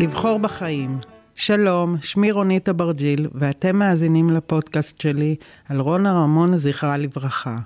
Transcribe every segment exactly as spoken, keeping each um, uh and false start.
לבחור בחיים. שלום, שמי רונית אברג'יל, ואתם מאזינים לפודקאסט שלי על רונה רמון, זכרה לברכה.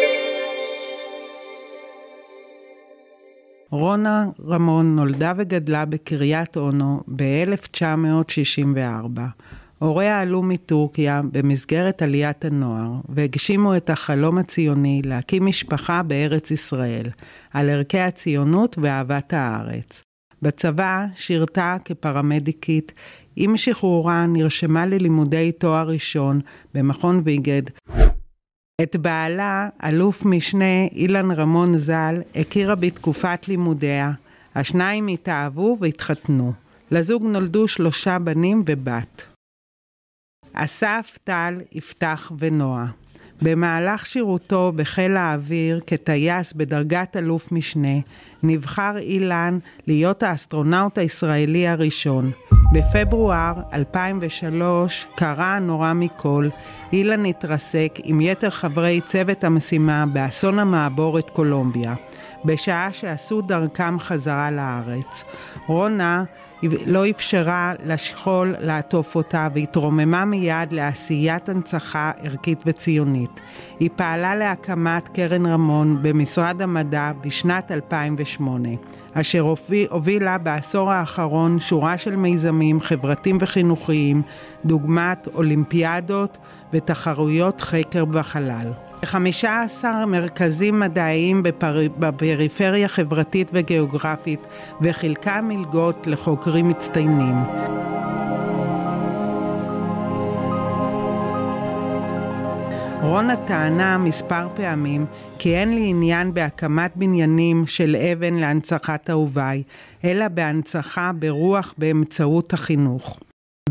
רונה רמון נולדה וגדלה בקריית אונו ב-אלף תשע מאות שישים וארבע. הוריה עלו מטורקיה במסגרת עליית הנוער, והגשימו את החלום הציוני להקים משפחה בארץ ישראל, על ערכי הציונות ואהבת הארץ. בצבא שירתה כפרמדיקית, עם שחרורה נרשמה ללימודי תואר ראשון במכון ויגד. את בעלה, אלוף משנה אילן רמון ז"ל, הכירה בתקופת לימודיה. השניים התאהבו והתחתנו. לזוג נולדו שלושה בנים ובת. אסף, טל, יפתח ונועה. במהלך שירותו בחיל האוויר כטייס בדרגת אלוף משנה, נבחר אילן להיות האסטרונאוט הישראלי הראשון. בפברואר אלפיים ושלוש קרה הנורא מכל, אילן התרסק עם יתר חברי צוות המשימה באסון המעבורת קולומביה, בשעה שעשו דרכם חזרה לארץ. רונה לא אפשרה לשכול לעטוף אותה, והתרוממה מיד לעשיית הנצחה ערכית וציונית. היא פעלה להקמת קרן רמון במשרד המדע בשנת אלפיים ושמונה, אשר הובילה בעשור האחרון שורה של מיזמים חברתיים וחינוכיים, דוגמת אולימפיאדות ותחרויות חקר בחלל. חמישה עשר מרכזים מדעיים בפר... בפריפריה חברתית וגיאוגרפית, וחלקם מלגות לחוקרים מצטיינים. רונה טענה מספר פעמים כי אין לי עניין בהקמת בניינים של אבן להנצחת אהוביי, אלא בהנצחה ברוח באמצעות החינוך.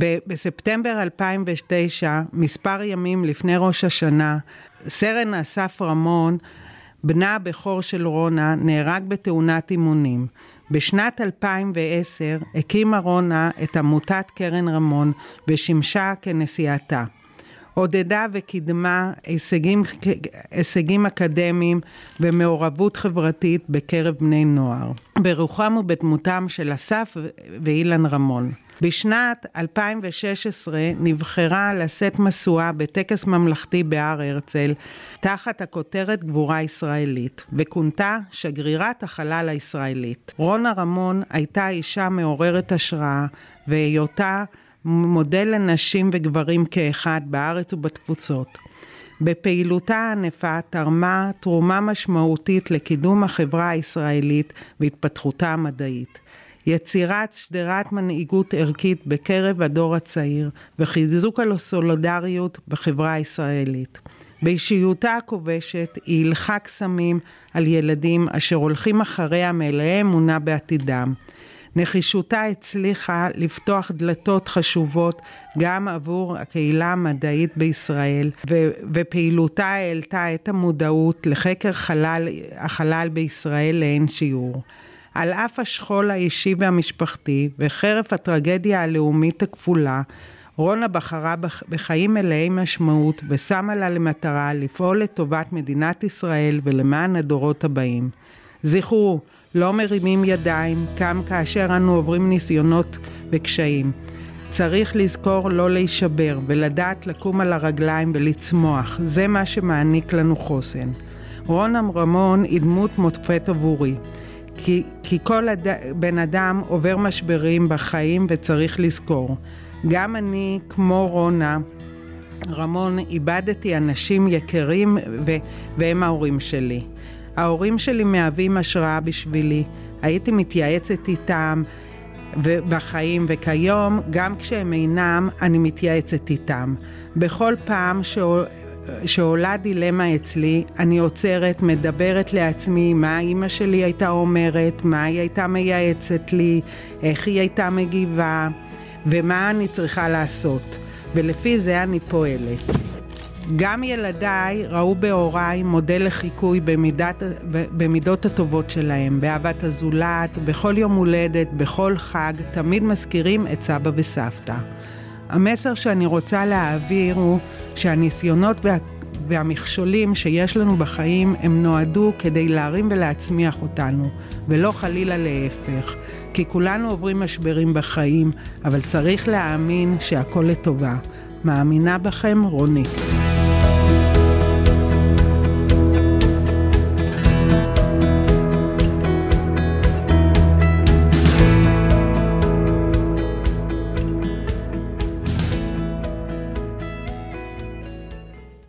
בספטמבר אלפיים ותשע, מספר ימים לפני ראש השנה, סרן אסף רמון, בנה הבכור של רונה, נהרג בתאונת אימונים. בשנת אלפיים ועשר הקימה רונה את עמותת קרן רמון ושימשה כנשיאתה. עודדה וקידמה הישגים, הישגים אקדמיים ומעורבות חברתית בקרב בני נוער, ברוחם ובדמותם של אסף ואילן רמון. בשנת אלפיים ושש עשרה נבחרה לשאת משואה בטקס ממלכתי בהר הרצל, תחת הכותרת גבורה ישראלית, וכונתה שגרירת החלל הישראלית. רונה רמון הייתה אישה מעוררת השראה, והיותה מודל לנשים וגברים כאחד בארץ ובתפוצות. בפעילותה הענפה תרמה תרומה משמעותית לקידום החברה הישראלית והתפתחותה המדעית. יצירת שדרת מנהיגות ערכית בקרב הדור הצעיר וחיזוק הסולידריות בחברה הישראלית. באישיותה הכובשת היא הילכה קסמים על ילדים אשר הולכים אחריה מלאי אמונה בעתידם. נחישותה הצליחה לפתוח דלתות חשובות גם עבור הקהילה המדעית בישראל, ו- ופעילותה העלתה את המודעות לחקר חלל, החלל בישראל לאין שיעור. על אף השכול האישי והמשפחתי וחרף הטרגדיה הלאומית הכפולה, רונה בחרה בחיים מלאי משמעות ושמה לה למטרה לפעול לטובת מדינת ישראל ולמען הדורות הבאים. זכרו, לא מרימים ידיים, גם כאשר אנו עוברים ניסיונות וקשיים. צריך לזכור לא להישבר ולדעת לקום על הרגליים ולצמוח. זה מה שמעניק לנו חוסן. רונה רמון היא דמות מופת עבורי. כי, כי כל אד... בן אדם עובר משברים בחיים וצריך לזכור. גם אני, כמו רונה רמון, איבדתי אנשים יקרים ו... והם ההורים שלי. ההורים שלי מהווים השראה בשבילי. הייתי מתייעצת איתם בחיים, וכיום, גם כשהם אינם, אני מתייעצת איתם. בכל פעם ש... שעולה דילמה אצלי, אני עוצרת, מדברת לעצמי מה אמא שלי הייתה אומרת, מה היא הייתה מייעצת לי, איך היא הייתה מגיבה, ומה אני צריכה לעשות. ולפי זה אני פועלת. גם ילדיי ראו בהוריי מודל לחיקוי במידת, במידות הטובות שלהם, באהבת הזולת, בכל יום הולדת, בכל חג, תמיד מזכירים את סבא וסבתא. המסר שאני רוצה להעביר הוא שהניסיונות והמכשולים שיש לנו בחיים הם נועדו כדי להרים ולהצמיח אותנו, ולא חלילה להפך. כי כולנו עוברים משברים בחיים, אבל צריך להאמין שהכל לטובה. מאמינה בכם, רוני.